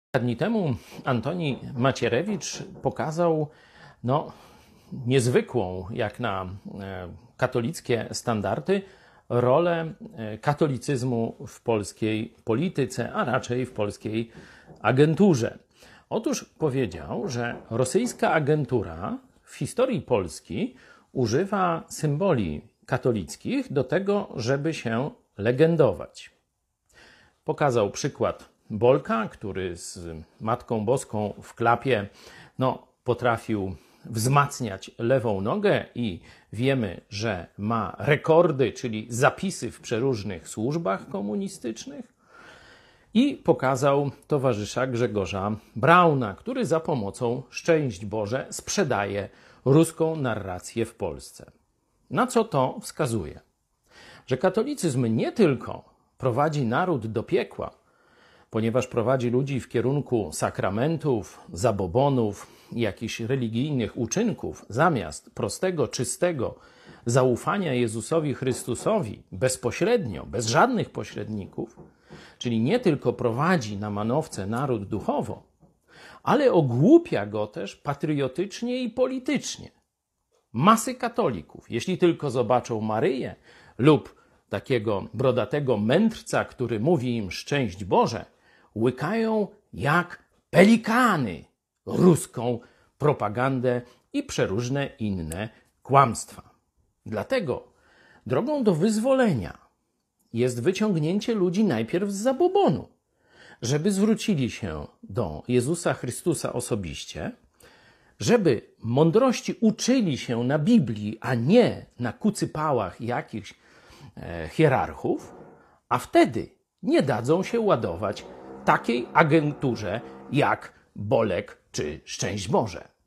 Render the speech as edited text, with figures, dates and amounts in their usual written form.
Dni temu Antoni Macierewicz pokazał niezwykłą, jak na katolickie standardy, rolę katolicyzmu w polskiej polityce, a raczej w polskiej agenturze. Otóż powiedział, że rosyjska agentura w historii Polski używa symboli katolickich do tego, żeby się legendować. Pokazał przykład Bolka, który z Matką Boską w klapie potrafił wzmacniać lewą nogę i wiemy, że ma rekordy, czyli zapisy w przeróżnych służbach komunistycznych. I pokazał towarzysza Grzegorza Brauna, który za pomocą, szczęść Boże, sprzedaje ruską narrację w Polsce. Na co to wskazuje? Że katolicyzm nie tylko prowadzi naród do piekła, ponieważ prowadzi ludzi w kierunku sakramentów, zabobonów i jakichś religijnych uczynków, zamiast prostego, czystego zaufania Jezusowi Chrystusowi bezpośrednio, bez żadnych pośredników, czyli nie tylko prowadzi na manowce naród duchowo, ale ogłupia go też patriotycznie i politycznie. Masy katolików, jeśli tylko zobaczą Maryję lub takiego brodatego mędrca, który mówi im szczęść Boże, łykają jak pelikany ruską propagandę i przeróżne inne kłamstwa. Dlatego drogą do wyzwolenia jest wyciągnięcie ludzi najpierw z zabobonu, żeby zwrócili się do Jezusa Chrystusa osobiście, żeby mądrości uczyli się na Biblii, a nie na kucypałach jakichś hierarchów, a wtedy nie dadzą się ładować takiej agenturze jak Bolek czy Szczęść Boże.